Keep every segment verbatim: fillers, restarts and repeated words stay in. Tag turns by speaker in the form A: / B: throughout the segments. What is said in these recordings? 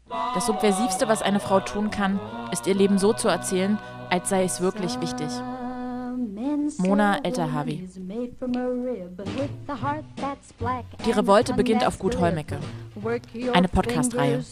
A: Das Subversivste, was eine Frau tun kann, ist ihr Leben so zu erzählen, als sei es wirklich wichtig. Mona Eltahawy. Die Revolte beginnt auf Gut Hollmecke. Eine Podcast-Reihe.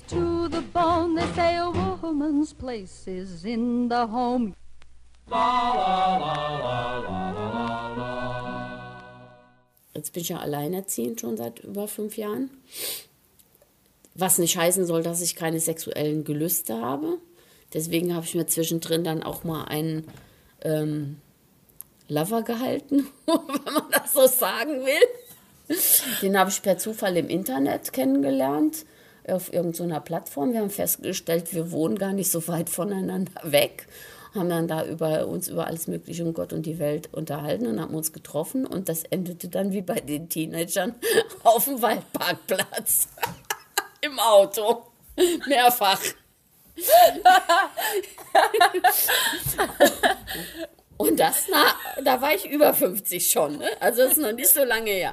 B: Jetzt bin ich ja alleinerziehend schon seit über fünf Jahren. Was nicht heißen soll, dass ich keine sexuellen Gelüste habe. Deswegen habe ich mir zwischendrin dann auch mal einen ähm, Lover gehalten, wenn man das so sagen will. Den habe ich per Zufall im Internet kennengelernt, auf irgendeiner Plattform. Wir haben festgestellt, wir wohnen gar nicht so weit voneinander weg. Haben dann da über uns über alles Mögliche um Gott und die Welt unterhalten und haben uns getroffen. Und das endete dann wie bei den Teenagern auf dem Waldparkplatz. Im Auto. Mehrfach. Und das, na, da war ich über fünfzig schon. Ne? Also das ist noch nicht so lange her.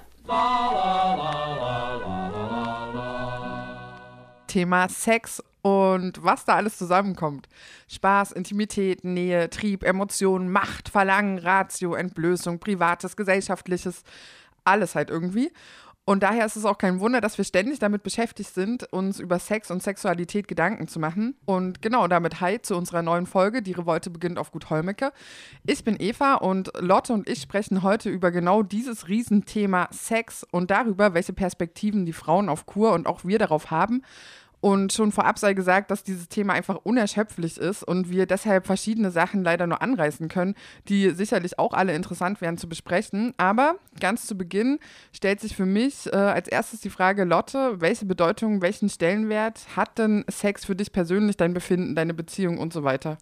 C: Thema Sex und was da alles zusammenkommt. Spaß, Intimität, Nähe, Trieb, Emotionen, Macht, Verlangen, Ratio, Entblößung, Privates, Gesellschaftliches, alles halt irgendwie. Und daher ist es auch kein Wunder, dass wir ständig damit beschäftigt sind, uns über Sex und Sexualität Gedanken zu machen. Und genau, damit hi zu unserer neuen Folge, die Revolte beginnt auf Gut Hollmecke. Ich bin Eva und Lotte und ich sprechen heute über genau dieses Riesenthema Sex und darüber, welche Perspektiven die Frauen auf Kur und auch wir darauf haben. Und schon vorab sei gesagt, dass dieses Thema einfach unerschöpflich ist und wir deshalb verschiedene Sachen leider nur anreißen können, die sicherlich auch alle interessant wären zu besprechen. Aber ganz zu Beginn stellt sich für mich äh, als erstes die Frage, Lotte, welche Bedeutung, welchen Stellenwert hat denn Sex für dich persönlich, dein Befinden, deine Beziehung und so weiter?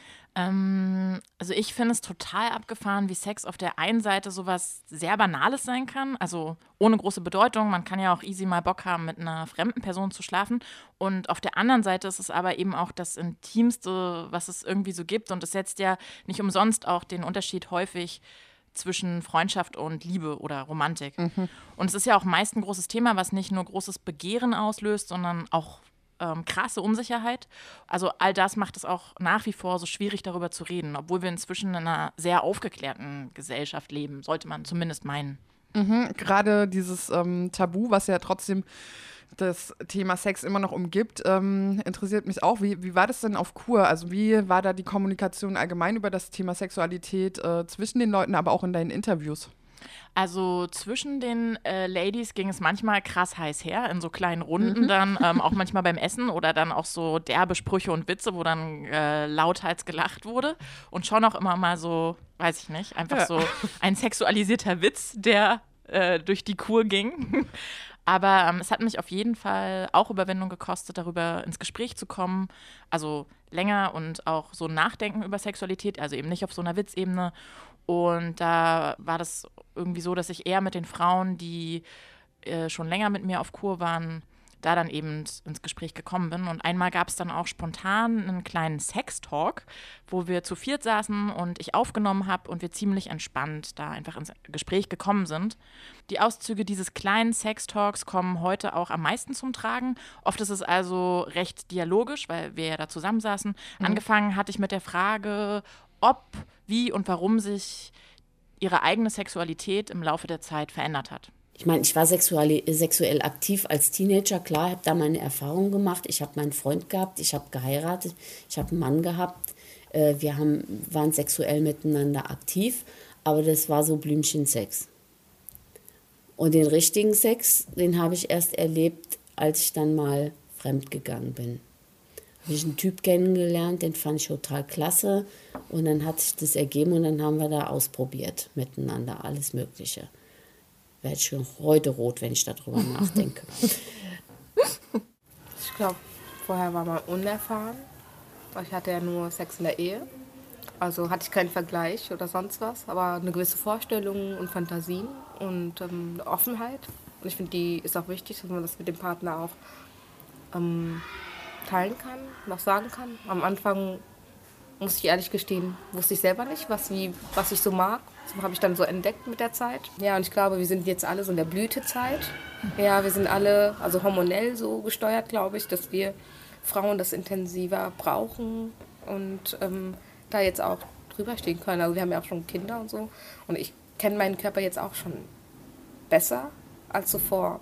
A: Ähm, also ich finde es total abgefahren, wie Sex auf der einen Seite sowas sehr Banales sein kann, also ohne große Bedeutung. Man kann ja auch easy mal Bock haben, mit einer fremden Person zu schlafen. Und auf der anderen Seite ist es aber eben auch das Intimste, was es irgendwie so gibt. Und es setzt ja nicht umsonst auch den Unterschied häufig zwischen Freundschaft und Liebe oder Romantik. Mhm. Und es ist ja auch meist ein großes Thema, was nicht nur großes Begehren auslöst, sondern auch Ähm, krasse Unsicherheit. Also all das macht es auch nach wie vor so schwierig, darüber zu reden, obwohl wir inzwischen in einer sehr aufgeklärten Gesellschaft leben, sollte man zumindest meinen.
C: Mhm, gerade dieses ähm, Tabu, was ja trotzdem das Thema Sex immer noch umgibt, ähm, interessiert mich auch. Wie, wie war das denn auf Kur? Also wie war da die Kommunikation allgemein über das Thema Sexualität äh, zwischen den Leuten, aber auch in deinen Interviews?
A: Also zwischen den äh, Ladies ging es manchmal krass heiß her, in so kleinen Runden mhm. dann, ähm, auch manchmal beim Essen oder dann auch so derbe Sprüche und Witze, wo dann äh, lauthals gelacht wurde und schon auch immer mal so, weiß ich nicht, einfach ja. so ein sexualisierter Witz, der äh, durch die Kur ging. Aber ähm, es hat mich auf jeden Fall auch Überwindung gekostet, darüber ins Gespräch zu kommen, also länger und auch so nachdenken über Sexualität, also eben nicht auf so einer Witzebene. Und da war das irgendwie so, dass ich eher mit den Frauen, die äh, schon länger mit mir auf Kur waren, da dann eben ins Gespräch gekommen bin. Und einmal gab es dann auch spontan einen kleinen Sex-Talk, wo wir zu viert saßen und ich aufgenommen habe und wir ziemlich entspannt da einfach ins Gespräch gekommen sind. Die Auszüge dieses kleinen Sex-Talks kommen heute auch am meisten zum Tragen. Oft ist es also recht dialogisch, weil wir ja da zusammensaßen. Mhm. Angefangen hatte ich mit der Frage, ob, wie und warum sich ihre eigene Sexualität im Laufe der Zeit verändert hat.
B: Ich meine, ich war sexuell, sexuell aktiv als Teenager, klar, habe da meine Erfahrungen gemacht. Ich habe meinen Freund gehabt, ich habe geheiratet, ich habe einen Mann gehabt. Äh, wir haben, waren sexuell miteinander aktiv, aber das war so Blümchensex. Und den richtigen Sex, den habe ich erst erlebt, als ich dann mal fremdgegangen bin. Habe ich einen Typ kennengelernt, den fand ich total klasse. Und dann hat sich das ergeben und dann haben wir da ausprobiert miteinander, alles Mögliche. Werde ich schon heute rot, wenn ich darüber nachdenke.
D: Ich glaube, vorher war man unerfahren. Ich hatte ja nur Sex in der Ehe. Also hatte ich keinen Vergleich oder sonst was. Aber eine gewisse Vorstellung und Fantasien und ähm, eine Offenheit. Und ich finde, die ist auch wichtig, dass man das mit dem Partner auch ähm, teilen kann und auch sagen kann. Am Anfang, muss ich ehrlich gestehen, wusste ich selber nicht, was, wie, was ich so mag. Das habe ich dann so entdeckt mit der Zeit. Ja, und ich glaube, wir sind jetzt alle so in der Blütezeit. Ja, wir sind alle, also hormonell so gesteuert, glaube ich, dass wir Frauen das intensiver brauchen und ähm, da jetzt auch drüber stehen können. Also wir haben ja auch schon Kinder und so und ich kenne meinen Körper jetzt auch schon besser als zuvor.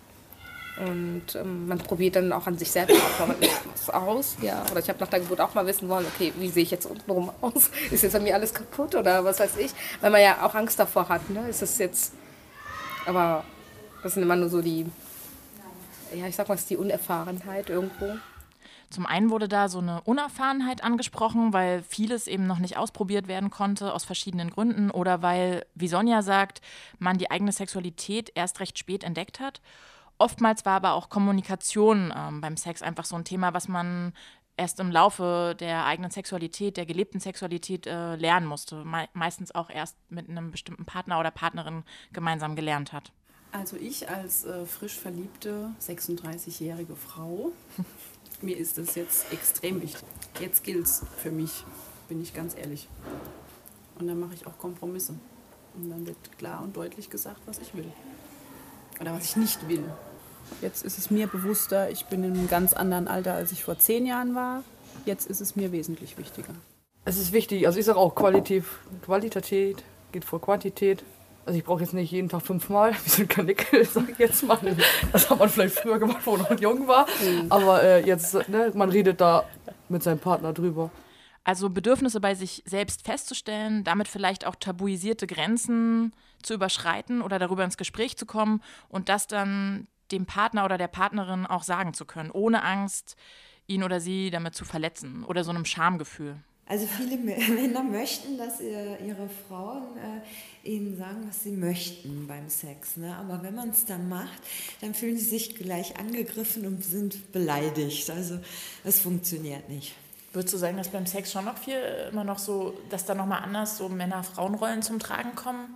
D: Und ähm, man probiert dann auch an sich selbst auch mal was aus. Ja. Oder ich habe nach der Geburt auch mal wissen wollen, okay, wie sehe ich jetzt untenrum aus? Ist jetzt an mir alles kaputt oder was weiß ich? Weil man ja auch Angst davor hat. Ne? Ist es jetzt... Aber das sind immer nur so die... Ja, ich sag mal, es ist die Unerfahrenheit irgendwo.
A: Zum einen wurde da so eine Unerfahrenheit angesprochen, weil vieles eben noch nicht ausprobiert werden konnte, aus verschiedenen Gründen. Oder weil, wie Sonja sagt, man die eigene Sexualität erst recht spät entdeckt hat. Oftmals war aber auch Kommunikation ähm, beim Sex einfach so ein Thema, was man erst im Laufe der eigenen Sexualität, der gelebten Sexualität äh, lernen musste. Me- meistens auch erst mit einem bestimmten Partner oder Partnerin gemeinsam gelernt hat.
E: Also ich als äh, frisch verliebte sechsunddreißigjährige Frau, mir ist das jetzt extrem wichtig. Jetzt gilt's für mich, bin ich ganz ehrlich. Und dann mache ich auch Kompromisse. Und dann wird klar und deutlich gesagt, was ich will. Oder was ich nicht will. Jetzt ist es mir bewusster, ich bin in einem ganz anderen Alter, als ich vor zehn Jahren war. Jetzt ist es mir wesentlich wichtiger.
F: Es ist wichtig, also ich sage auch Qualität, Qualität geht vor Quantität. Also ich brauche jetzt nicht jeden Tag fünfmal, wir sind kein Nickel, sag ich jetzt mal. Das hat man vielleicht früher gemacht, wo man noch jung war. Aber äh, jetzt, ne, man redet da mit seinem Partner drüber.
A: Also Bedürfnisse bei sich selbst festzustellen, damit vielleicht auch tabuisierte Grenzen zu überschreiten oder darüber ins Gespräch zu kommen und das dann dem Partner oder der Partnerin auch sagen zu können, ohne Angst, ihn oder sie damit zu verletzen oder so einem Schamgefühl.
G: Also viele Männer möchten, dass ihre Frauen äh, ihnen sagen, was sie möchten beim Sex. Ne? Aber wenn man es dann macht, dann fühlen sie sich gleich angegriffen und sind beleidigt. Also das funktioniert nicht.
A: Würdest du sagen, dass beim Sex schon noch viel immer noch so, dass da nochmal anders so Männer-Frauen-Rollen zum Tragen kommen?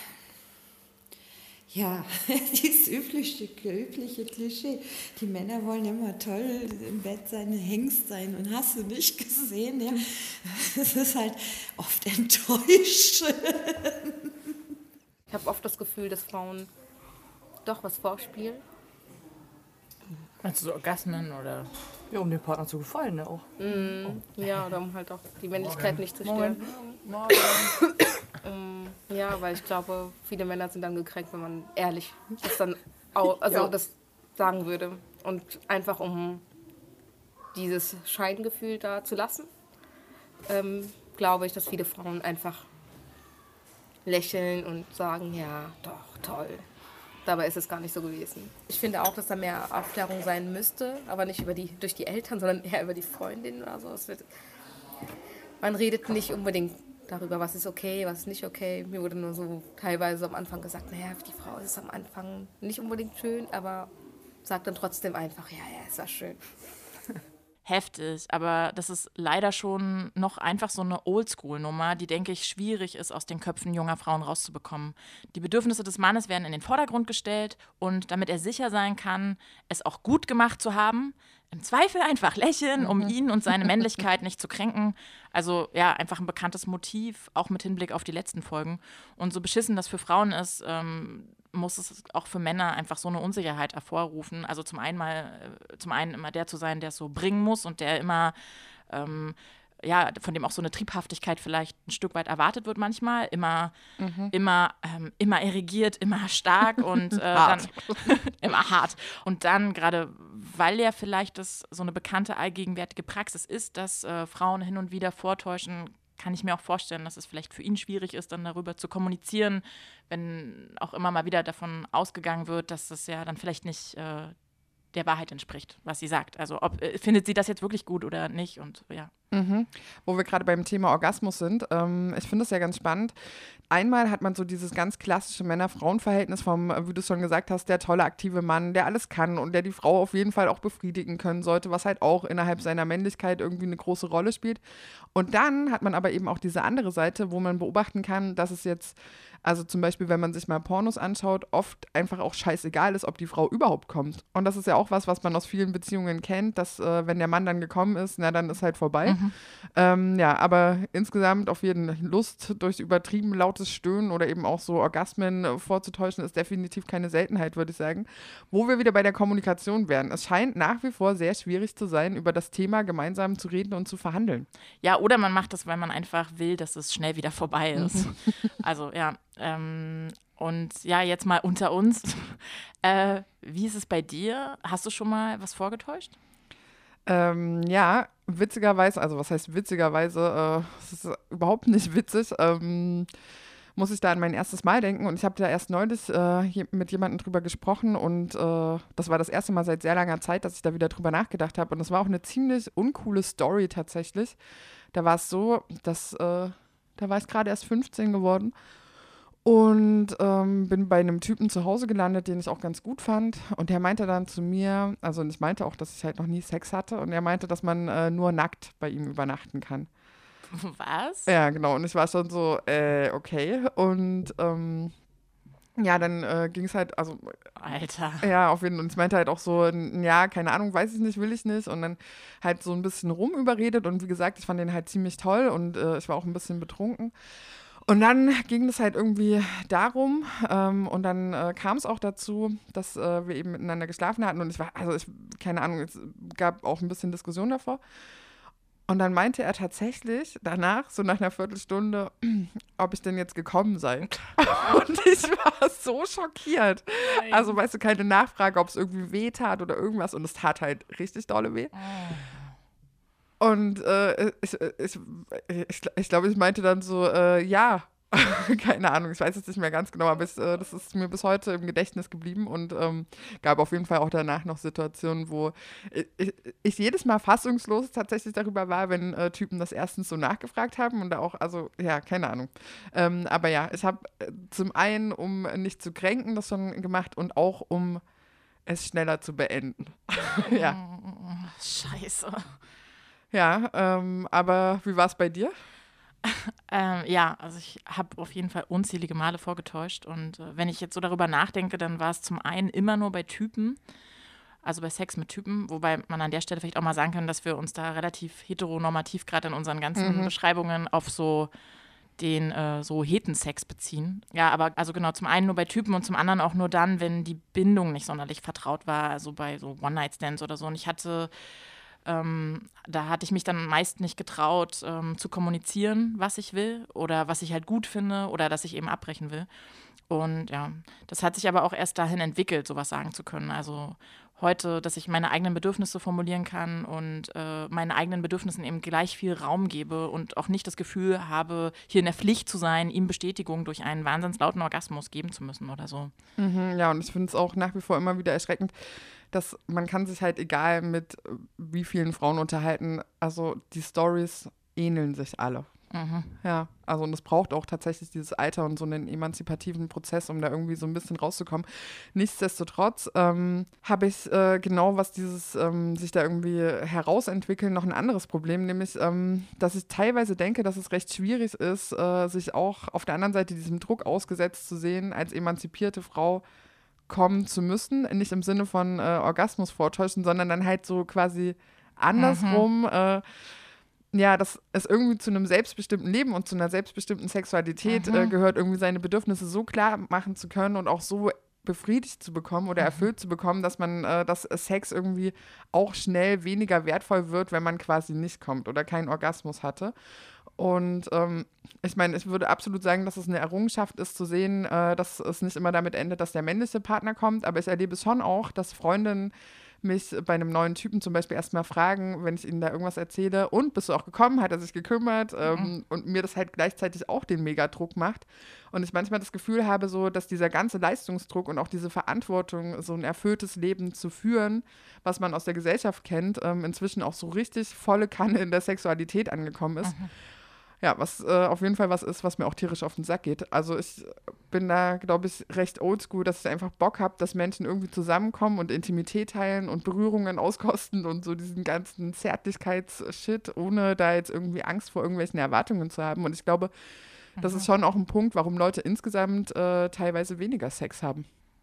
G: Ja, dieses übliche, übliche Klischee. Die Männer wollen immer toll im Bett sein, Hengst sein und hast du nicht gesehen. Ja? Das ist halt oft enttäuschend.
D: Ich habe oft das Gefühl, dass Frauen doch was vorspielen.
A: Meinst du so Orgasmen oder?
F: Ja, um dem Partner zu gefallen, ne, auch.
D: Mm, oh. Ja, oder um halt auch die Männlichkeit nicht zu stören. um, ja, weil ich glaube, viele Männer sind dann gekränkt, wenn man ehrlich das dann auch, also ja. das sagen würde. Und einfach um dieses Scheingefühl da zu lassen, ähm, glaube ich, dass viele Frauen einfach lächeln und sagen, ja, doch, toll. Dabei ist es gar nicht so gewesen. Ich finde auch, dass da mehr Aufklärung sein müsste, aber nicht über die, durch die Eltern, sondern eher über die Freundinnen oder so. Es wird, man redet nicht unbedingt darüber, was ist okay, was ist nicht okay. Mir wurde nur so teilweise am Anfang gesagt, naja, für die Frau ist es am Anfang nicht unbedingt schön, aber sagt dann trotzdem einfach, ja, ja, es war schön.
A: Heftig, aber das ist leider schon noch einfach so eine Oldschool-Nummer, die, denke ich, schwierig ist, aus den Köpfen junger Frauen rauszubekommen. Die Bedürfnisse des Mannes werden in den Vordergrund gestellt und damit er sicher sein kann, es auch gut gemacht zu haben, im Zweifel einfach lächeln, um ihn und seine Männlichkeit nicht zu kränken. Also ja, einfach ein bekanntes Motiv, auch mit Hinblick auf die letzten Folgen. Und so beschissen das für Frauen ist, ähm, muss es auch für Männer einfach so eine Unsicherheit hervorrufen. Also zum einen mal, zum einen immer der zu sein, der es so bringen muss und der immer, ähm, ja, von dem auch so eine Triebhaftigkeit vielleicht ein Stück weit erwartet wird manchmal. Immer, mhm. immer, ähm, immer erigiert, immer stark und äh, dann immer hart. Und dann gerade, weil ja vielleicht das so eine bekannte allgegenwärtige Praxis ist, dass äh, Frauen hin und wieder vortäuschen, kann ich mir auch vorstellen, dass es vielleicht für ihn schwierig ist, dann darüber zu kommunizieren, wenn auch immer mal wieder davon ausgegangen wird, dass das ja dann vielleicht nicht äh, der Wahrheit entspricht, was sie sagt. Also ob, äh, findet sie das jetzt wirklich gut oder nicht und ja.
C: Mhm. Wo wir gerade beim Thema Orgasmus sind, ähm, ich finde das ja ganz spannend. Einmal hat man so dieses ganz klassische Männer-Frauen-Verhältnis vom, wie du es schon gesagt hast, der tolle, aktive Mann, der alles kann und der die Frau auf jeden Fall auch befriedigen können sollte, was halt auch innerhalb seiner Männlichkeit irgendwie eine große Rolle spielt. Und dann hat man aber eben auch diese andere Seite, wo man beobachten kann, dass es jetzt, also zum Beispiel, wenn man sich mal Pornos anschaut, oft einfach auch scheißegal ist, ob die Frau überhaupt kommt. Und das ist ja auch was, was man aus vielen Beziehungen kennt, dass äh, wenn der Mann dann gekommen ist, na dann ist halt vorbei. Mhm. Mhm. Ähm, ja, aber insgesamt auf jeden Fall Lust durch übertrieben lautes Stöhnen oder eben auch so Orgasmen äh, vorzutäuschen, ist definitiv keine Seltenheit, würde ich sagen. Wo wir wieder bei der Kommunikation wären. Es scheint nach wie vor sehr schwierig zu sein, über das Thema gemeinsam zu reden und zu verhandeln.
A: Ja, oder man macht das, weil man einfach will, dass es schnell wieder vorbei ist. Also ja, ähm, und ja, jetzt mal unter uns. äh, wie ist es bei dir? Hast du schon mal was vorgetäuscht?
C: Ähm, ja, witzigerweise, also was heißt witzigerweise, äh, es ist überhaupt nicht witzig, ähm, muss ich da an mein erstes Mal denken. Und ich habe da erst neulich äh, je- mit jemandem drüber gesprochen und äh, das war das erste Mal seit sehr langer Zeit, dass ich da wieder drüber nachgedacht habe. Und das war auch eine ziemlich uncoole Story tatsächlich. Da war es so, dass, äh, da war ich gerade erst fünfzehn geworden. Und ähm, bin bei einem Typen zu Hause gelandet, den ich auch ganz gut fand. Und der meinte dann zu mir, also und ich meinte auch, dass ich halt noch nie Sex hatte. Und er meinte, dass man äh, nur nackt bei ihm übernachten kann.
A: Was?
C: Ja, genau. Und ich war schon so, äh, okay. Und ähm, ja, dann äh, ging es halt, also
A: Alter.
C: ja, auf jeden Fall. Und ich meinte halt auch so, n- ja, keine Ahnung, weiß ich nicht, will ich nicht. Und dann halt so ein bisschen rumüberredet. Und wie gesagt, ich fand den halt ziemlich toll und äh, ich war auch ein bisschen betrunken. Und dann ging es halt irgendwie darum, ähm, und dann äh, kam es auch dazu, dass äh, wir eben miteinander geschlafen hatten und ich war, also ich, keine Ahnung, es gab auch ein bisschen Diskussion davor. Und dann meinte er tatsächlich danach, so nach einer Viertelstunde, ob ich denn jetzt gekommen sei. Und ich war so schockiert.
A: Nein.
C: Also, weißt du, keine Nachfrage, ob es irgendwie weh tat oder irgendwas und es tat halt richtig dolle weh. Und äh, ich, ich, ich, ich glaube, ich meinte dann so, äh, ja, keine Ahnung, ich weiß es nicht mehr ganz genau, aber es, äh, das ist mir bis heute im Gedächtnis geblieben und ähm, gab auf jeden Fall auch danach noch Situationen, wo ich, ich, ich jedes Mal fassungslos tatsächlich darüber war, wenn äh, Typen das erstens so nachgefragt haben und da auch, also ja, keine Ahnung. Ähm, aber ja, ich habe äh, zum einen, um nicht zu kränken, das schon gemacht und auch um es schneller zu beenden. Ja,
A: Scheiße.
C: ja, ähm, aber wie war es bei dir?
A: Ähm, ja, also ich habe auf jeden Fall unzählige Male vorgetäuscht und äh, wenn ich jetzt so darüber nachdenke, dann war es zum einen immer nur bei Typen, also bei Sex mit Typen, wobei man an der Stelle vielleicht auch mal sagen kann, dass wir uns da relativ heteronormativ gerade in unseren ganzen
C: Mhm.
A: Beschreibungen auf so den äh, so Hetensex beziehen. Ja, aber also genau, zum einen nur bei Typen und zum anderen auch nur dann, wenn die Bindung nicht sonderlich vertraut war, also bei so One-Night-Stands oder so. Und ich hatte Ähm, da hatte ich mich dann meist nicht getraut, ähm, zu kommunizieren, was ich will oder was ich halt gut finde oder dass ich eben abbrechen will. Und ja, das hat sich aber auch erst dahin entwickelt, sowas sagen zu können. Also heute, dass ich meine eigenen Bedürfnisse formulieren kann und äh, meinen eigenen Bedürfnissen eben gleich viel Raum gebe und auch nicht das Gefühl habe, hier in der Pflicht zu sein, ihm Bestätigung durch einen wahnsinnslauten Orgasmus geben zu müssen oder so.
C: Mhm, ja, und ich finde es auch nach wie vor immer wieder erschreckend, dass man kann sich halt egal mit äh, wie vielen Frauen unterhalten, also die Stories ähneln sich alle.
A: Mhm.
C: Ja, also und es braucht auch tatsächlich dieses Alter und so einen emanzipativen Prozess, um da irgendwie so ein bisschen rauszukommen. Nichtsdestotrotz ähm, habe ich äh, genau, was dieses ähm, sich da irgendwie herausentwickeln, noch ein anderes Problem, nämlich, ähm, dass ich teilweise denke, dass es recht schwierig ist, äh, sich auch auf der anderen Seite diesem Druck ausgesetzt zu sehen, als emanzipierte Frau kommen zu müssen, nicht im Sinne von äh, Orgasmus vortäuschen, sondern dann halt so quasi andersrum, äh, ja, dass es irgendwie zu einem selbstbestimmten Leben und zu einer selbstbestimmten Sexualität
A: Mhm.
C: äh, gehört, irgendwie seine Bedürfnisse so klar machen zu können und auch so befriedigt zu bekommen oder erfüllt zu bekommen, dass man, äh, dass Sex irgendwie auch schnell weniger wertvoll wird, wenn man quasi nicht kommt oder keinen Orgasmus hatte. Und ähm, ich meine, ich würde absolut sagen, dass es eine Errungenschaft ist, zu sehen, äh, dass es nicht immer damit endet, dass der männliche Partner kommt. Aber ich erlebe es schon auch, dass Freundinnen mich bei einem neuen Typen zum Beispiel erstmal fragen, wenn ich ihnen da irgendwas erzähle, und bist du auch gekommen, hat er sich gekümmert, ähm,
A: Mhm.
C: und mir das halt gleichzeitig auch den Megadruck macht. Und ich manchmal das Gefühl habe, so, dass dieser ganze Leistungsdruck und auch diese Verantwortung, so ein erfülltes Leben zu führen, was man aus der Gesellschaft kennt, ähm, inzwischen auch so richtig volle Kanne in der Sexualität angekommen ist.
A: Mhm.
C: Ja, was äh, auf jeden Fall was ist, was mir auch tierisch auf den Sack geht. Also ich bin da, glaube ich, recht oldschool, dass ich einfach Bock habe, dass Menschen irgendwie zusammenkommen und Intimität teilen und Berührungen auskosten und so diesen ganzen Zärtlichkeits-Shit, ohne da jetzt irgendwie Angst vor irgendwelchen Erwartungen zu haben. Und ich glaube, das ist schon auch ein Punkt, warum Leute insgesamt äh, teilweise weniger Sex haben.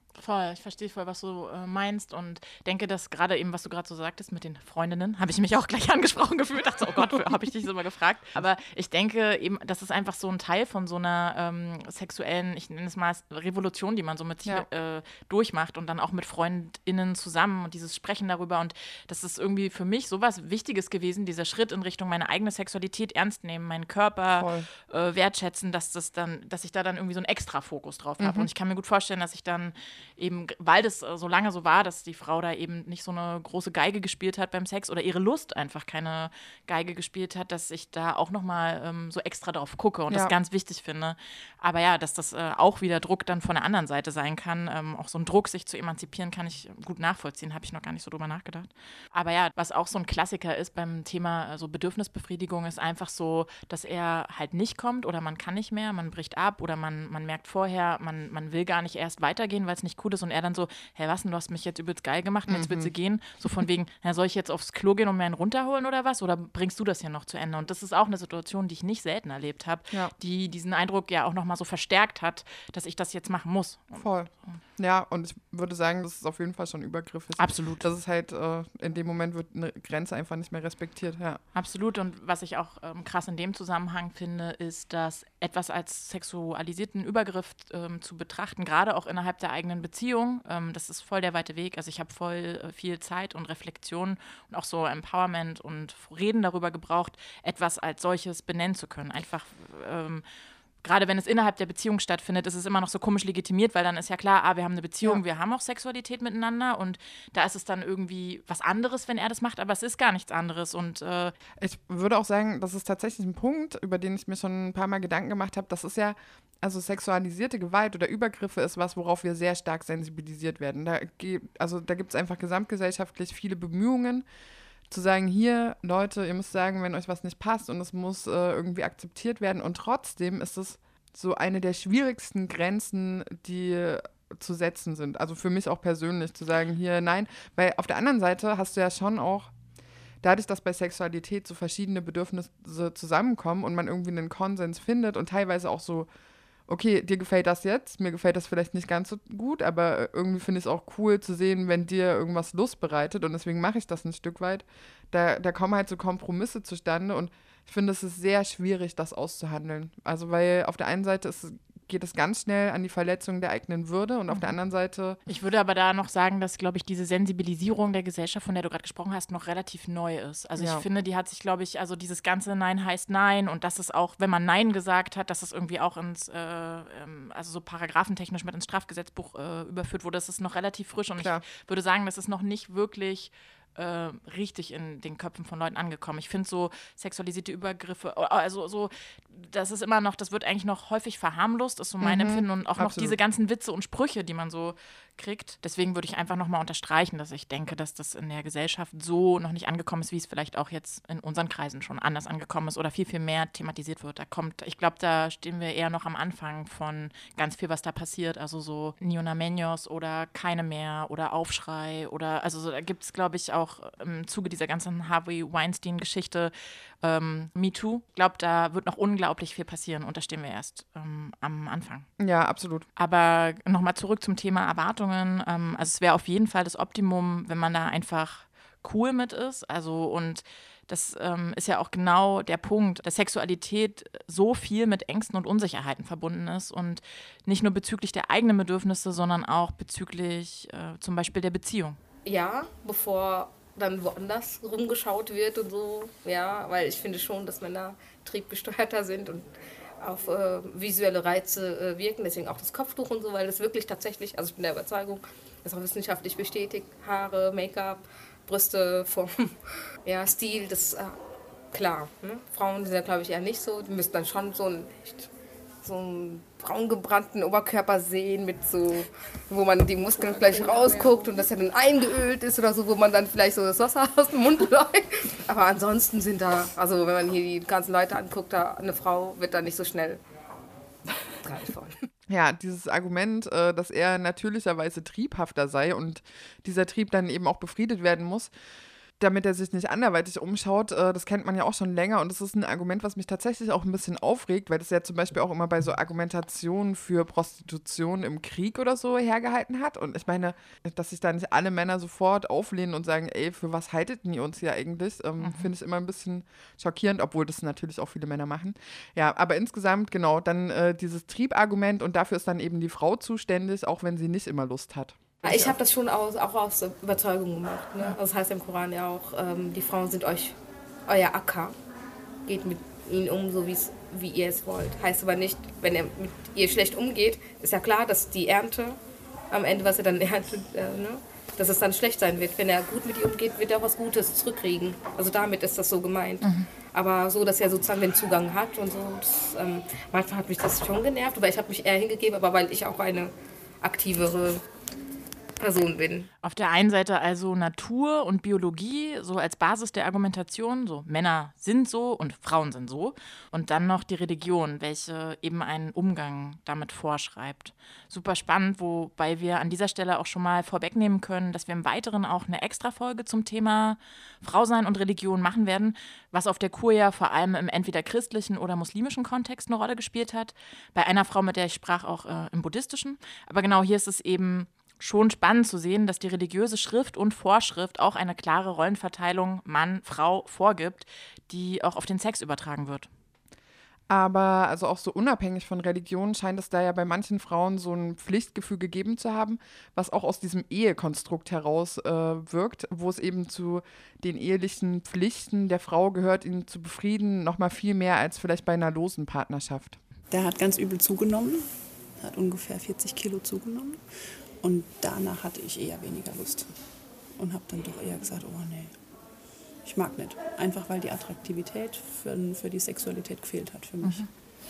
A: Voll, ich verstehe voll, was du äh, meinst und denke, dass gerade eben, was du gerade so sagtest mit den Freundinnen, habe ich mich auch gleich angesprochen gefühlt, dachte, oh Gott, habe ich dich so mal gefragt. Aber ich denke eben, das ist einfach so ein Teil von so einer ähm, sexuellen, ich nenne es mal Revolution, die man so mit sich ja. äh, durchmacht und dann auch mit FreundInnen zusammen und dieses Sprechen darüber. Und das ist irgendwie für mich sowas Wichtiges gewesen, dieser Schritt in Richtung meine eigene Sexualität ernst nehmen, meinen Körper äh, wertschätzen, dass das dann, dass ich da dann irgendwie so einen extra Fokus drauf habe. Mhm. Und ich kann mir gut vorstellen, dass ich dann eben, weil das so lange so war, dass die Frau da eben nicht so eine große Geige gespielt hat beim Sex oder ihre Lust einfach keine Geige gespielt hat, dass ich da auch nochmal ähm, so extra drauf gucke und ja. das ganz wichtig finde. Aber ja, dass das äh, auch wieder Druck dann von der anderen Seite sein kann, ähm, auch so ein Druck, sich zu emanzipieren, kann ich gut nachvollziehen, habe ich noch gar nicht so drüber nachgedacht. Aber ja, was auch so ein Klassiker ist beim Thema äh, so Bedürfnisbefriedigung, ist einfach so, dass er halt nicht kommt oder man kann nicht mehr, man bricht ab oder man, man merkt vorher, man, man will gar nicht erst weitergehen, weil es nicht cool ist und er dann so, hä, was denn, du hast mich jetzt übelst geil gemacht und jetzt willst du gehen, so von wegen, ja, soll ich jetzt aufs Klo gehen und mir einen runterholen oder was, oder bringst du das hier noch zu Ende? Und das ist auch eine Situation, die ich nicht selten erlebt habe, ja. die diesen Eindruck ja auch nochmal so verstärkt hat, dass ich das jetzt machen muss.
C: Voll. Ja, und ich würde sagen, das ist auf jeden Fall schon übergriffig.
A: Absolut.
C: Das ist halt, äh, in dem Moment wird eine Grenze einfach nicht mehr respektiert, ja.
A: Absolut, und was ich auch ähm, krass in dem Zusammenhang finde, ist, dass etwas als sexualisierten Übergriff ähm, zu betrachten, gerade auch innerhalb der eigenen Beziehung, ähm, das ist voll der weite Weg. Also ich habe voll äh, viel Zeit und Reflexion und auch so Empowerment und Reden darüber gebraucht, etwas als solches benennen zu können. Einfach ähm, gerade wenn es innerhalb der Beziehung stattfindet, ist es immer noch so komisch legitimiert, weil dann ist ja klar, ah, wir haben eine Beziehung, ja. wir haben auch Sexualität miteinander und da ist es dann irgendwie was anderes, wenn er das macht, aber es ist gar nichts anderes. Und äh
C: ich würde auch sagen, das ist tatsächlich ein Punkt, über den ich mir schon ein paar Mal Gedanken gemacht habe. Das ist ja, also sexualisierte Gewalt oder Übergriffe ist was, worauf wir sehr stark sensibilisiert werden. Da, also da gibt es einfach gesamtgesellschaftlich viele Bemühungen, zu sagen, hier, Leute, ihr müsst sagen, wenn euch was nicht passt und es muss äh, irgendwie akzeptiert werden. Und trotzdem ist es so eine der schwierigsten Grenzen, die zu setzen sind. Also für mich auch persönlich, zu sagen, hier, nein. Weil auf der anderen Seite hast du ja schon auch, dadurch, dass bei Sexualität so verschiedene Bedürfnisse zusammenkommen und man irgendwie einen Konsens findet und teilweise auch so, okay, dir gefällt das jetzt, mir gefällt das vielleicht nicht ganz so gut, aber irgendwie finde ich es auch cool zu sehen, wenn dir irgendwas Lust bereitet und deswegen mache ich das ein Stück weit. Da, da kommen halt so Kompromisse zustande und ich finde, es ist sehr schwierig, das auszuhandeln. Also weil auf der einen Seite ist, geht es ganz schnell an die Verletzung der eigenen Würde und mhm. auf der anderen Seite...
A: Ich würde aber da noch sagen, dass, glaube ich, diese Sensibilisierung der Gesellschaft, von der du gerade gesprochen hast, noch relativ neu ist. Also ja. ich finde, die hat sich, glaube ich, also dieses ganze Nein heißt Nein und das ist auch, wenn man Nein gesagt hat, dass es irgendwie auch ins, äh, ähm, also so paragraphentechnisch mit ins Strafgesetzbuch äh, überführt wurde, das ist noch relativ frisch und Klar. ich würde sagen, das ist noch nicht wirklich... Äh, richtig in den Köpfen von Leuten angekommen. Ich finde so sexualisierte Übergriffe, also so, das ist immer noch, das wird eigentlich noch häufig verharmlost, ist so mein mhm, Empfinden und auch absolut. Noch diese ganzen Witze und Sprüche, die man so kriegt. Deswegen würde ich einfach nochmal unterstreichen, dass ich denke, dass das in der Gesellschaft so noch nicht angekommen ist, wie es vielleicht auch jetzt in unseren Kreisen schon anders angekommen ist oder viel, viel mehr thematisiert wird. Da kommt, ich glaube, da stehen wir eher noch am Anfang von ganz viel, was da passiert. Also so Niños oder Keine mehr oder Aufschrei oder, also so, da gibt es, glaube ich, auch im Zuge dieser ganzen Harvey Weinstein-Geschichte ähm, MeToo. Ich glaube, da wird noch unglaublich viel passieren und da stehen wir erst ähm, am Anfang.
C: Ja, absolut.
A: Aber nochmal zurück zum Thema Erwartungen. Ähm, also es wäre auf jeden Fall das Optimum, wenn man da einfach cool mit ist. Also und das ähm, ist ja auch genau der Punkt, dass Sexualität so viel mit Ängsten und Unsicherheiten verbunden ist und nicht nur bezüglich der eigenen Bedürfnisse, sondern auch bezüglich äh, zum Beispiel der Beziehung.
D: Ja, bevor dann woanders rumgeschaut wird und so, ja, weil ich finde schon, dass Männer triebgesteuerter sind und auf äh, visuelle Reize äh, wirken, deswegen auch das Kopftuch und so, weil das wirklich tatsächlich, also ich bin der Überzeugung, das ist auch wissenschaftlich bestätigt, Haare, Make-up, Brüste, Form, ja, Stil, das ist äh, klar. Ne? Frauen sind ja, glaube ich, eher nicht so, die müssen dann schon so ein, so einen braungebrannten Oberkörper sehen, mit so, wo man die Muskeln vielleicht rausguckt und das ja dann eingeölt ist oder so, wo man dann vielleicht so das Wasser aus dem Mund läuft. Aber ansonsten sind da, also wenn man hier die ganzen Leute anguckt, da eine Frau wird da nicht so schnell reizvoll.
C: Ja, dieses Argument, äh, dass er natürlicherweise triebhafter sei und dieser Trieb dann eben auch befriedet werden muss, damit er sich nicht anderweitig umschaut. Äh, das kennt man ja auch schon länger und das ist ein Argument, was mich tatsächlich auch ein bisschen aufregt, weil das ja zum Beispiel auch immer bei so Argumentationen für Prostitution im Krieg oder so hergehalten hat. Und ich meine, dass sich da nicht alle Männer sofort auflehnen und sagen, ey, für was haltet ihr uns hier eigentlich? Ähm, mhm. Finde ich immer ein bisschen schockierend, obwohl das natürlich auch viele Männer machen. Ja, aber insgesamt, genau, dann äh, dieses Triebargument und dafür ist dann eben die Frau zuständig, auch wenn sie nicht immer Lust hat.
D: Ich habe das schon aus, auch aus Überzeugung gemacht. Ne? Das heißt im Koran ja auch, ähm, die Frauen sind euch euer Acker. Geht mit ihnen um, so wie ihr es wollt. Heißt aber nicht, wenn er mit ihr schlecht umgeht, ist ja klar, dass die Ernte am Ende, was er dann erntet, äh, ne? dass es dann schlecht sein wird. Wenn er gut mit ihr umgeht, wird er auch was Gutes zurückkriegen. Also damit ist das so gemeint. Mhm. Aber so, dass er sozusagen den Zugang hat und so. Das, ähm, manchmal hat mich das schon genervt, aber ich habe mich eher hingegeben, aber weil ich auch eine aktivere Person bin.
A: Auf der einen Seite also Natur und Biologie so als Basis der Argumentation, so Männer sind so und Frauen sind so. Und dann noch die Religion, welche eben einen Umgang damit vorschreibt. Super spannend, wobei wir an dieser Stelle auch schon mal vorwegnehmen können, dass wir im Weiteren auch eine Extra-Folge zum Thema Frausein und Religion machen werden, was auf der Kur ja vor allem im entweder christlichen oder muslimischen Kontext eine Rolle gespielt hat. Bei einer Frau, mit der ich sprach, auch äh, im buddhistischen. Aber genau hier ist es eben schon spannend zu sehen, dass die religiöse Schrift und Vorschrift auch eine klare Rollenverteilung Mann-Frau vorgibt, die auch auf den Sex übertragen wird.
C: Aber also auch so unabhängig von Religion scheint es da ja bei manchen Frauen so ein Pflichtgefühl gegeben zu haben, was auch aus diesem Ehekonstrukt heraus äh, wirkt, wo es eben zu den ehelichen Pflichten der Frau gehört, ihn zu befrieden, noch mal viel mehr als vielleicht bei einer losen Partnerschaft.
E: Der hat ganz übel zugenommen, hat ungefähr vierzig Kilo zugenommen. Und danach hatte ich eher weniger Lust und habe dann doch eher gesagt, oh nee, ich mag nicht. Einfach weil die Attraktivität für, für die Sexualität gefehlt hat für mich. Mhm.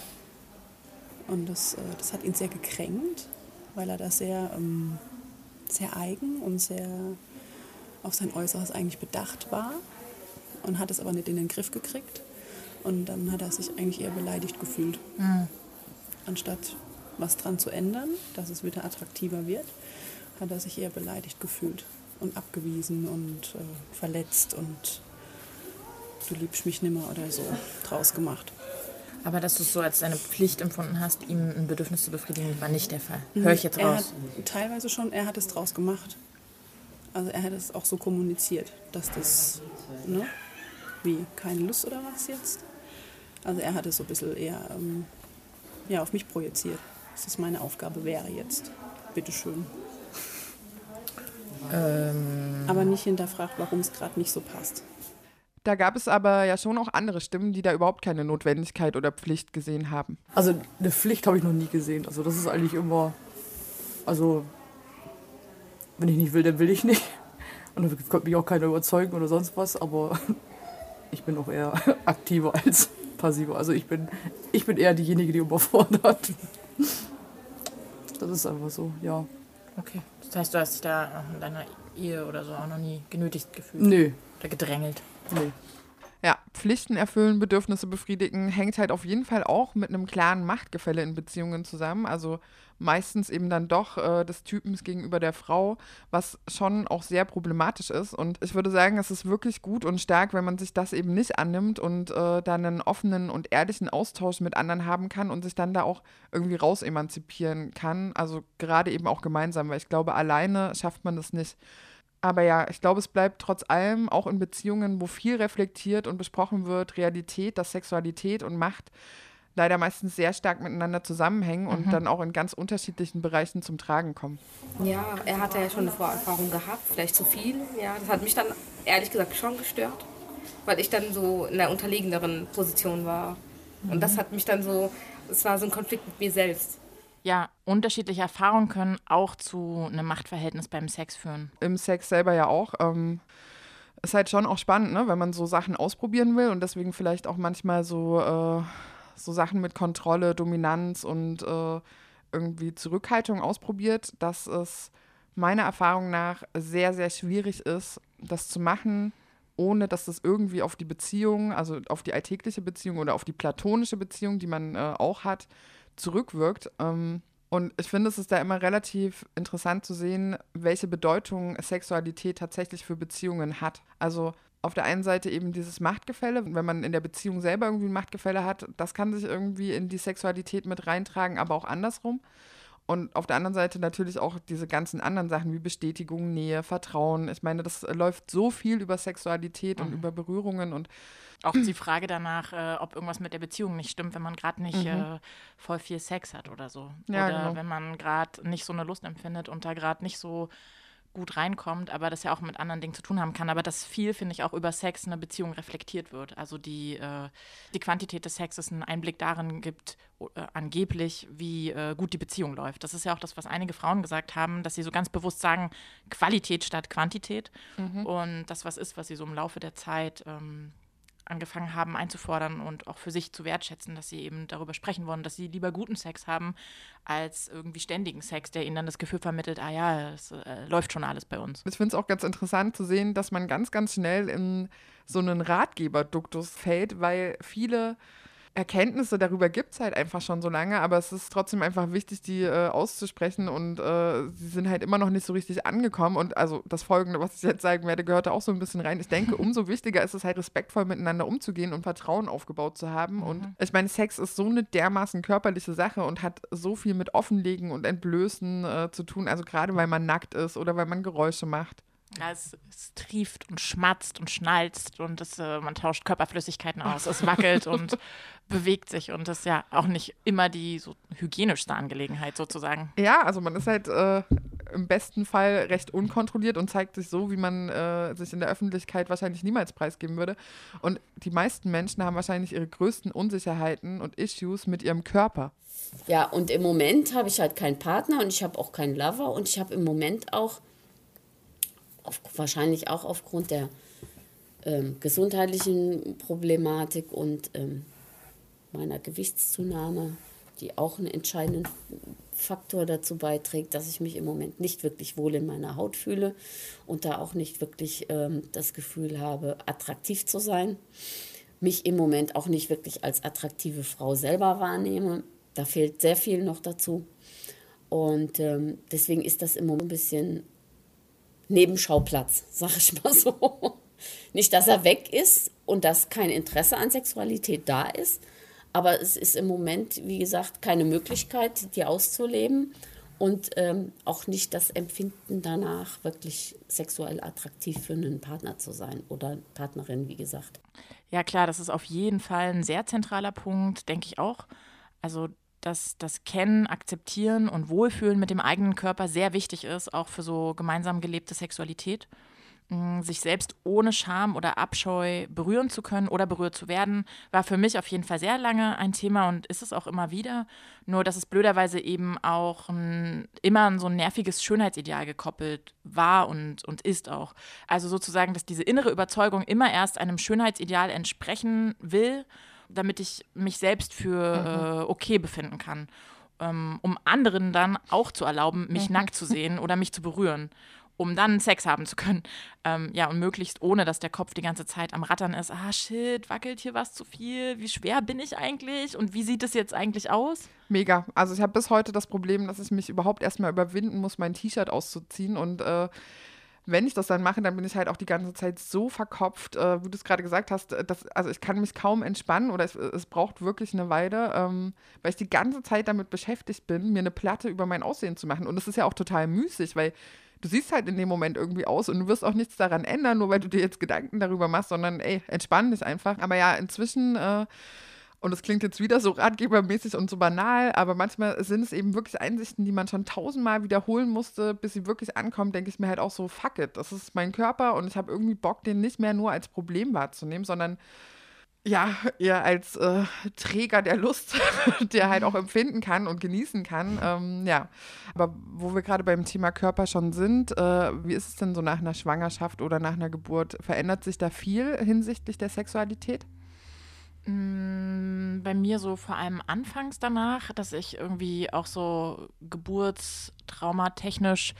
E: Und das, das hat ihn sehr gekränkt, weil er da sehr, ähm, sehr eigen und sehr auf sein Äußeres eigentlich bedacht war und hat es aber nicht in den Griff gekriegt. Und dann hat er sich eigentlich eher beleidigt gefühlt, mhm. anstatt was dran zu ändern, dass es wieder attraktiver wird, hat er sich eher beleidigt gefühlt und abgewiesen und äh, verletzt und du liebst mich nimmer oder so draus gemacht.
A: Aber dass du es so als deine Pflicht empfunden hast, ihm ein Bedürfnis zu befriedigen, war nicht der Fall. Höre ich jetzt
E: er
A: raus.
E: Hat, teilweise schon, er hat es draus gemacht. Also er hat es auch so kommuniziert, dass das, ne, wie, keine Lust oder was jetzt? Also er hat es so ein bisschen eher ähm, ja, auf mich projiziert. Dass das meine Aufgabe wäre jetzt. Bitteschön. Ähm. Aber nicht hinterfragt, warum es gerade nicht so passt.
C: Da gab es aber ja schon auch andere Stimmen, die da überhaupt keine Notwendigkeit oder Pflicht gesehen haben.
F: Also eine Pflicht habe ich noch nie gesehen. Also das ist eigentlich immer, also wenn ich nicht will, dann will ich nicht. Und dann könnte mich auch keiner überzeugen oder sonst was. Aber ich bin auch eher aktiver als passiver. Also ich bin, ich bin eher diejenige, die überfordert. Das ist einfach so, ja.
A: Okay. Das heißt, du hast dich da in deiner Ehe oder so auch noch nie genötigt gefühlt?
F: Nö.
A: Oder gedrängelt?
F: Nö.
C: Ja, Pflichten erfüllen, Bedürfnisse befriedigen, hängt halt auf jeden Fall auch mit einem klaren Machtgefälle in Beziehungen zusammen. Also meistens eben dann doch äh, des Typens gegenüber der Frau, was schon auch sehr problematisch ist. Und ich würde sagen, es ist wirklich gut und stark, wenn man sich das eben nicht annimmt und äh, dann einen offenen und ehrlichen Austausch mit anderen haben kann und sich dann da auch irgendwie raus emanzipieren kann. Also gerade eben auch gemeinsam, weil ich glaube, alleine schafft man das nicht. Aber ja, ich glaube, es bleibt trotz allem auch in Beziehungen, wo viel reflektiert und besprochen wird, Realität, dass Sexualität und Macht leider meistens sehr stark miteinander zusammenhängen und mhm. dann auch in ganz unterschiedlichen Bereichen zum Tragen kommen.
D: Ja, er hatte ja schon eine Vorerfahrung gehabt, vielleicht zu viel. Ja, das hat mich dann ehrlich gesagt schon gestört, weil ich dann so in einer unterlegenderen Position war. Mhm. Und das hat mich dann so, es war so ein Konflikt mit mir selbst.
A: Ja, unterschiedliche Erfahrungen können auch zu einem Machtverhältnis beim Sex führen.
C: Im Sex selber ja auch. Ähm, ist halt schon auch spannend, ne, wenn man so Sachen ausprobieren will und deswegen vielleicht auch manchmal so, äh, so Sachen mit Kontrolle, Dominanz und äh, irgendwie Zurückhaltung ausprobiert, dass es meiner Erfahrung nach sehr, sehr schwierig ist, das zu machen, ohne dass das irgendwie auf die Beziehung, also auf die alltägliche Beziehung oder auf die platonische Beziehung, die man äh, auch hat, zurückwirkt. Ähm, Und ich finde, es ist da immer relativ interessant zu sehen, welche Bedeutung Sexualität tatsächlich für Beziehungen hat. Also auf der einen Seite eben dieses Machtgefälle, wenn man in der Beziehung selber irgendwie ein Machtgefälle hat, das kann sich irgendwie in die Sexualität mit reintragen, aber auch andersrum. Und auf der anderen Seite natürlich auch diese ganzen anderen Sachen wie Bestätigung, Nähe, Vertrauen. Ich meine, das läuft so viel über Sexualität mhm. und über Berührungen und
A: auch die Frage danach, äh, ob irgendwas mit der Beziehung nicht stimmt, wenn man gerade nicht
C: Mhm.
A: äh, voll viel Sex hat oder so.
C: Ja,
A: oder
C: genau.
A: wenn man gerade nicht so eine Lust empfindet und da gerade nicht so gut reinkommt, aber das ja auch mit anderen Dingen zu tun haben kann. Aber dass viel, finde ich, auch über Sex in einer Beziehung reflektiert wird. Also die, äh, die Quantität des Sexes einen Einblick darin gibt, äh, angeblich, wie äh, gut die Beziehung läuft. Das ist ja auch das, was einige Frauen gesagt haben, dass sie so ganz bewusst sagen, Qualität statt Quantität.
C: Mhm.
A: Und das was ist, was sie so im Laufe der Zeit ähm, angefangen haben einzufordern und auch für sich zu wertschätzen, dass sie eben darüber sprechen wollen, dass sie lieber guten Sex haben, als irgendwie ständigen Sex, der ihnen dann das Gefühl vermittelt, ah ja, es äh, läuft schon alles bei uns.
C: Ich finde es auch ganz interessant zu sehen, dass man ganz, ganz schnell in so einen Ratgeberduktus fällt, weil viele Erkenntnisse darüber gibt es halt einfach schon so lange, aber es ist trotzdem einfach wichtig, die äh, auszusprechen und äh, sie sind halt immer noch nicht so richtig angekommen und also das Folgende, was ich jetzt sagen werde, gehört da auch so ein bisschen rein. Ich denke, umso wichtiger ist es halt respektvoll miteinander umzugehen und Vertrauen aufgebaut zu haben
A: Mhm.
C: und ich meine, Sex ist so eine dermaßen körperliche Sache und hat so viel mit Offenlegen und Entblößen äh, zu tun, also gerade weil man nackt ist oder weil man Geräusche macht.
A: Ja, es, es trieft und schmatzt und schnalzt und es, äh, man tauscht Körperflüssigkeiten aus, es wackelt und bewegt sich und das ist ja auch nicht immer die so hygienischste Angelegenheit sozusagen.
C: Ja, also man ist halt äh, im besten Fall recht unkontrolliert und zeigt sich so, wie man äh, sich in der Öffentlichkeit wahrscheinlich niemals preisgeben würde. Und die meisten Menschen haben wahrscheinlich ihre größten Unsicherheiten und Issues mit ihrem Körper.
B: Ja, und im Moment habe ich halt keinen Partner und ich habe auch keinen Lover und ich habe im Moment auch, auf, wahrscheinlich auch aufgrund der ähm, gesundheitlichen Problematik und ähm, meiner Gewichtszunahme, die auch einen entscheidenden Faktor dazu beiträgt, dass ich mich im Moment nicht wirklich wohl in meiner Haut fühle und da auch nicht wirklich ähm, das Gefühl habe, attraktiv zu sein. Mich im Moment auch nicht wirklich als attraktive Frau selber wahrnehme. Da fehlt sehr viel noch dazu. Und ähm, deswegen ist das im Moment ein bisschen Nebenschauplatz, sag ich mal so. Nicht, dass er weg ist und dass kein Interesse an Sexualität da ist, aber es ist im Moment, wie gesagt, keine Möglichkeit, die auszuleben und ähm, auch nicht das Empfinden danach, wirklich sexuell attraktiv für einen Partner zu sein oder Partnerin, wie gesagt.
A: Ja klar, das ist auf jeden Fall ein sehr zentraler Punkt, denke ich auch. Also dass das Kennen, Akzeptieren und Wohlfühlen mit dem eigenen Körper sehr wichtig ist, auch für so gemeinsam gelebte Sexualität. Sich selbst ohne Scham oder Abscheu berühren zu können oder berührt zu werden, war für mich auf jeden Fall sehr lange ein Thema und ist es auch immer wieder. Nur, dass es blöderweise eben auch ein, immer an so ein nerviges Schönheitsideal gekoppelt war und, und ist auch. Also sozusagen, dass diese innere Überzeugung immer erst einem Schönheitsideal entsprechen will, damit ich mich selbst für mhm. äh, okay befinden kann, ähm, um anderen dann auch zu erlauben, mich mhm. nackt zu sehen oder mich zu berühren, um dann Sex haben zu können. Ähm, ja, und möglichst ohne, dass der Kopf die ganze Zeit am Rattern ist. Ah, shit, wackelt hier was zu viel? Wie schwer bin ich eigentlich? Und wie sieht es jetzt eigentlich aus?
C: Mega. Also ich habe bis heute das Problem, dass ich mich überhaupt erstmal überwinden muss, mein T-Shirt auszuziehen und äh, wenn ich das dann mache, dann bin ich halt auch die ganze Zeit so verkopft, äh, wie du es gerade gesagt hast, dass, also ich kann mich kaum entspannen oder es, es braucht wirklich eine Weile, ähm, weil ich die ganze Zeit damit beschäftigt bin, mir eine Platte über mein Aussehen zu machen. Und das ist ja auch total müßig, weil du siehst halt in dem Moment irgendwie aus und du wirst auch nichts daran ändern, nur weil du dir jetzt Gedanken darüber machst, sondern ey, entspann dich einfach. Aber ja, inzwischen äh, und es klingt jetzt wieder so ratgebermäßig und so banal, aber manchmal sind es eben wirklich Einsichten, die man schon tausendmal wiederholen musste, bis sie wirklich ankommen, denke ich mir halt auch so, fuck it, das ist mein Körper und ich habe irgendwie Bock, den nicht mehr nur als Problem wahrzunehmen, sondern ja, eher als äh, Träger der Lust, der halt auch empfinden kann und genießen kann. Ähm, ja, aber wo wir gerade beim Thema Körper schon sind, äh, wie ist es denn so nach einer Schwangerschaft oder nach einer Geburt? Verändert sich da viel hinsichtlich der Sexualität?
A: Bei mir so vor allem anfangs danach, dass ich irgendwie auch so geburtstraumatechnisch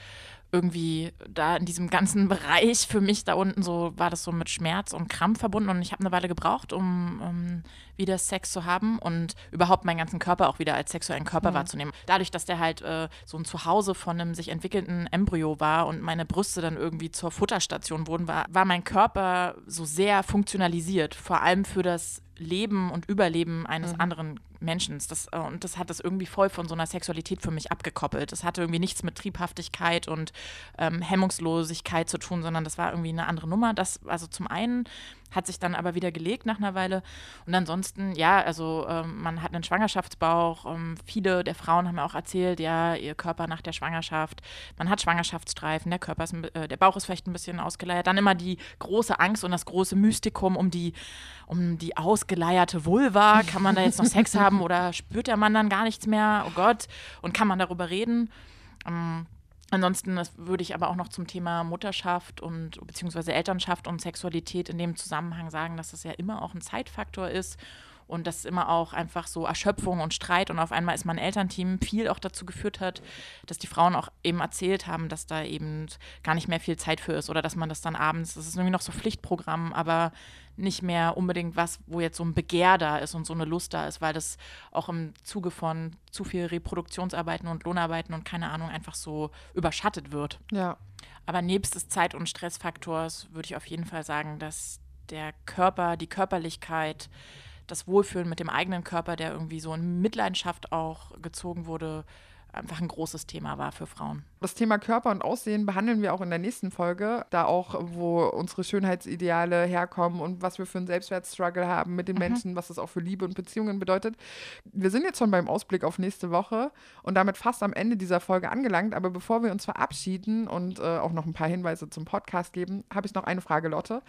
A: irgendwie da in diesem ganzen Bereich für mich da unten so, war das so mit Schmerz und Krampf verbunden und ich habe eine Weile gebraucht, um, um wieder Sex zu haben und überhaupt meinen ganzen Körper auch wieder als sexuellen Körper mhm. wahrzunehmen. Dadurch, dass der halt äh, so ein Zuhause von einem sich entwickelnden Embryo war und meine Brüste dann irgendwie zur Futterstation wurden, war, war mein Körper so sehr funktionalisiert, vor allem für das Leben und Überleben eines mhm. anderen Menschen. Das, und das hat das irgendwie voll von so einer Sexualität für mich abgekoppelt. Das hatte irgendwie nichts mit Triebhaftigkeit und ähm, Hemmungslosigkeit zu tun, sondern das war irgendwie eine andere Nummer. Das, also zum einen hat sich dann aber wieder gelegt nach einer Weile. Und ansonsten, ja, also ähm, man hat einen Schwangerschaftsbauch. Ähm, viele der Frauen haben mir auch erzählt, ja, ihr Körper nach der Schwangerschaft, man hat Schwangerschaftsstreifen, der Körper ist, äh, der Bauch ist vielleicht ein bisschen ausgeleiert. Dann immer die große Angst und das große Mystikum um die, um die ausgeleierte Vulva. Kann man da jetzt noch Sex haben oder spürt der Mann dann gar nichts mehr? Oh Gott. Und kann man darüber reden? Ähm, Ansonsten das würde ich aber auch noch zum Thema Mutterschaft und beziehungsweise Elternschaft und Sexualität in dem Zusammenhang sagen, dass das ja immer auch ein Zeitfaktor ist und dass immer auch einfach so Erschöpfung und Streit und auf einmal ist mein Elternteam viel auch dazu geführt hat, dass die Frauen auch eben erzählt haben, dass da eben gar nicht mehr viel Zeit für ist oder dass man das dann abends, das ist irgendwie noch so Pflichtprogramm, aber nicht mehr unbedingt was, wo jetzt so ein Begehr da ist und so eine Lust da ist, weil das auch im Zuge von zu viel Reproduktionsarbeiten und Lohnarbeiten und keine Ahnung einfach so überschattet wird.
C: Ja.
A: Aber nebst des Zeit- und Stressfaktors würde ich auf jeden Fall sagen, dass der Körper, die Körperlichkeit, das Wohlfühlen mit dem eigenen Körper, der irgendwie so in Mitleidenschaft auch gezogen wurde, einfach ein großes Thema war für Frauen.
C: Das Thema Körper und Aussehen behandeln wir auch in der nächsten Folge, da auch, wo unsere Schönheitsideale herkommen und was wir für einen Selbstwertstruggle haben mit den mhm. Menschen, was das auch für Liebe und Beziehungen bedeutet. Wir sind jetzt schon beim Ausblick auf nächste Woche und damit fast am Ende dieser Folge angelangt, aber bevor wir uns verabschieden und äh, auch noch ein paar Hinweise zum Podcast geben, habe ich noch eine Frage, Lotte.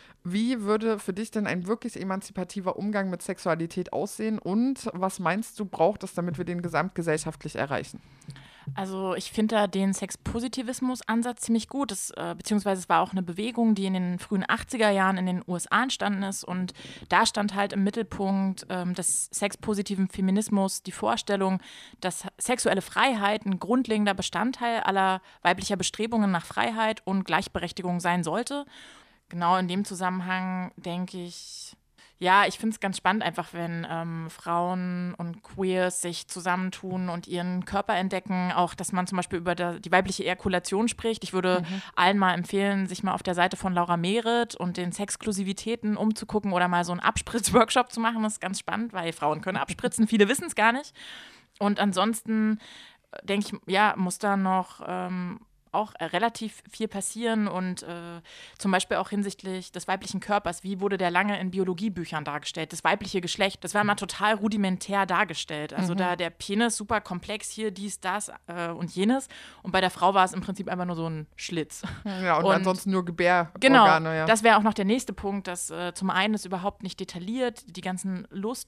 C: Wie würde für dich denn ein wirklich emanzipativer Umgang mit Sexualität aussehen und was meinst du, braucht es, damit wir den gesamtgesellschaftlich erreichen?
A: Also ich finde da den Sexpositivismus-Ansatz ziemlich gut, das, äh, beziehungsweise es war auch eine Bewegung, die in den frühen achtziger Jahren in den U S A entstanden ist und da stand halt im Mittelpunkt ähm, des sexpositiven Feminismus die Vorstellung, dass sexuelle Freiheit ein grundlegender Bestandteil aller weiblicher Bestrebungen nach Freiheit und Gleichberechtigung sein sollte. Genau in dem Zusammenhang denke ich, ja, ich finde es ganz spannend einfach, wenn ähm, Frauen und Queers sich zusammentun und ihren Körper entdecken, auch, dass man zum Beispiel über der, die weibliche Ejakulation spricht. Ich würde mhm. allen mal empfehlen, sich mal auf der Seite von Laura Mehret und den Sexklusivitäten umzugucken oder mal so einen Abspritz-Workshop zu machen. Das ist ganz spannend, weil Frauen können abspritzen, viele wissen es gar nicht. Und ansonsten denke ich, ja, muss da noch ähm, auch äh, relativ viel passieren und äh, zum Beispiel auch hinsichtlich des weiblichen Körpers. Wie wurde der lange in Biologiebüchern dargestellt? Das weibliche Geschlecht, das war immer total rudimentär dargestellt. Also mhm. da der Penis super komplex, hier dies, das äh, und jenes. Und bei der Frau war es im Prinzip einfach nur so ein Schlitz.
C: Ja, und, und ansonsten nur Gebärorgane.
A: Genau,
C: ja.
A: Das wäre auch noch der nächste Punkt, dass äh, zum einen ist überhaupt nicht detailliert, die ganzen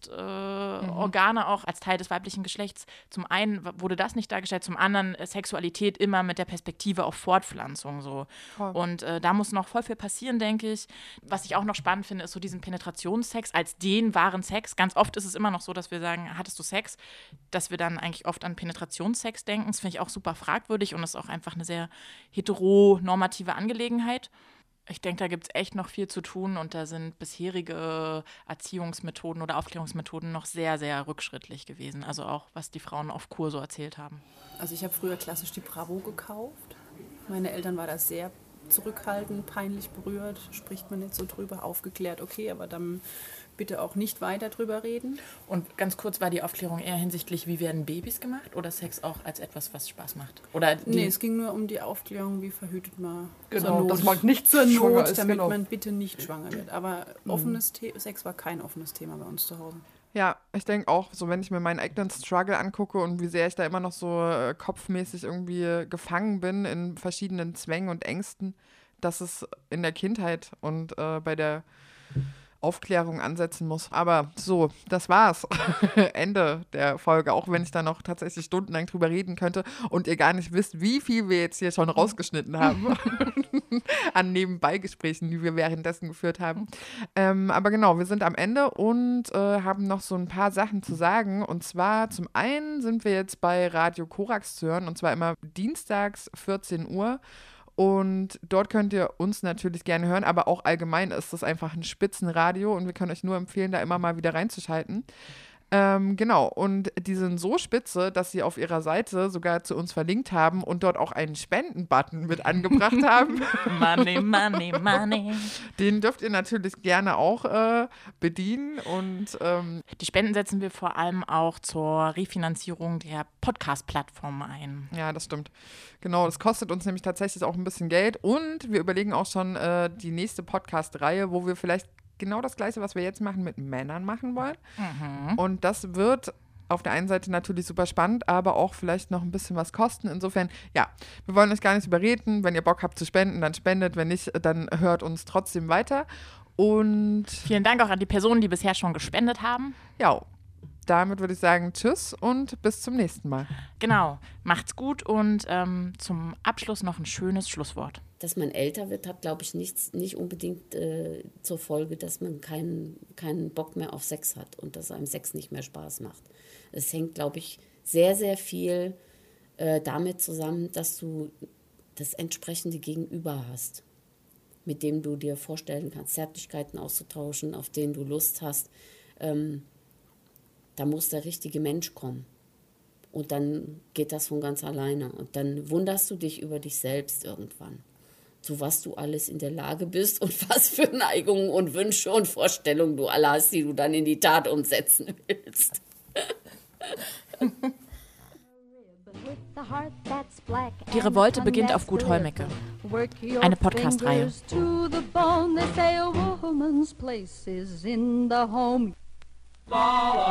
A: Lustorgane äh, mhm. auch als Teil des weiblichen Geschlechts. Zum einen wurde das nicht dargestellt, zum anderen äh, Sexualität immer mit der Perspektive auf Fortpflanzung so. Voll. Und äh, da muss noch voll viel passieren, denke ich. Was ich auch noch spannend finde, ist so diesen Penetrationssex als den wahren Sex. Ganz oft ist es immer noch so, dass wir sagen, hattest du Sex? Dass wir dann eigentlich oft an Penetrationssex denken. Das finde ich auch super fragwürdig und ist auch einfach eine sehr heteronormative Angelegenheit. Ich denke, da gibt es echt noch viel zu tun und da sind bisherige Erziehungsmethoden oder Aufklärungsmethoden noch sehr, sehr rückschrittlich gewesen. Also auch, was die Frauen auf Kur so erzählt haben.
E: Also ich habe früher klassisch die Bravo gekauft. Meine Eltern waren da sehr zurückhaltend, peinlich berührt, spricht man nicht so drüber, aufgeklärt, okay, aber dann bitte auch nicht weiter drüber reden.
A: Und ganz kurz, war die Aufklärung eher hinsichtlich, wie werden Babys gemacht oder Sex auch als etwas, was Spaß macht? Oder
E: nee, es ging nur um die Aufklärung, wie verhütet man
F: genau,
E: zur Not,
F: dass man nicht
E: zur Not
F: ist,
E: damit
F: genau.
E: man bitte nicht schwanger wird. Aber offenes The- Sex war kein offenes Thema bei uns zu Hause.
C: Ja, ich denke auch, so wenn ich mir meinen eigenen Struggle angucke und wie sehr ich da immer noch so äh, kopfmäßig irgendwie äh, gefangen bin in verschiedenen Zwängen und Ängsten, dass es in der Kindheit und äh, bei der Aufklärung ansetzen muss. Aber so, das war's. Ende der Folge, auch wenn ich da noch tatsächlich stundenlang drüber reden könnte und ihr gar nicht wisst, wie viel wir jetzt hier schon rausgeschnitten haben an Nebenbeigesprächen, die wir währenddessen geführt haben. Ähm, aber genau, wir sind am Ende und äh, haben noch so ein paar Sachen zu sagen. Und zwar zum einen sind wir jetzt bei Radio Korax zu hören und zwar immer dienstags vierzehn Uhr. Und dort könnt ihr uns natürlich gerne hören, aber auch allgemein ist das einfach ein Spitzenradio und wir können euch nur empfehlen, da immer mal wieder reinzuschalten. Ähm, genau, und die sind so spitze, dass sie auf ihrer Seite sogar zu uns verlinkt haben und dort auch einen Spenden-Button mit angebracht haben.
A: Money, money, money.
C: Den dürft ihr natürlich gerne auch äh, bedienen. Und ähm,
A: die Spenden setzen wir vor allem auch zur Refinanzierung der Podcast-Plattform ein.
C: Ja, das stimmt. Genau, das kostet uns nämlich tatsächlich auch ein bisschen Geld. Und wir überlegen auch schon äh, die nächste Podcast-Reihe, wo wir vielleicht genau das Gleiche, was wir jetzt machen, mit Männern machen wollen. Mhm. Und das wird auf der einen Seite natürlich super spannend, aber auch vielleicht noch ein bisschen was kosten. Insofern, ja, wir wollen euch gar nicht überreden. Wenn ihr Bock habt zu spenden, dann spendet. Wenn nicht, dann hört uns trotzdem weiter. Und
A: vielen Dank auch an die Personen, die bisher schon gespendet haben.
C: Ja, damit würde ich sagen, tschüss und bis zum nächsten Mal.
A: Genau, macht's gut und ähm, zum Abschluss noch ein schönes Schlusswort.
B: Dass man älter wird, hat, glaube ich, nichts, nicht unbedingt äh, zur Folge, dass man keinen, keinen Bock mehr auf Sex hat und dass einem Sex nicht mehr Spaß macht. Es hängt, glaube ich, sehr, sehr viel äh, damit zusammen, dass du das entsprechende Gegenüber hast, mit dem du dir vorstellen kannst, Zärtlichkeiten auszutauschen, auf denen du Lust hast. Ähm, da muss der richtige Mensch kommen. Und dann geht das von ganz alleine. Und dann wunderst du dich über dich selbst irgendwann. Zu was du alles in der Lage bist und was für Neigungen und Wünsche und Vorstellungen du alle hast, die du dann in die Tat umsetzen willst.
A: Die Revolte beginnt auf Gut Hollmecke. Eine Podcast-Reihe.
H: La, la.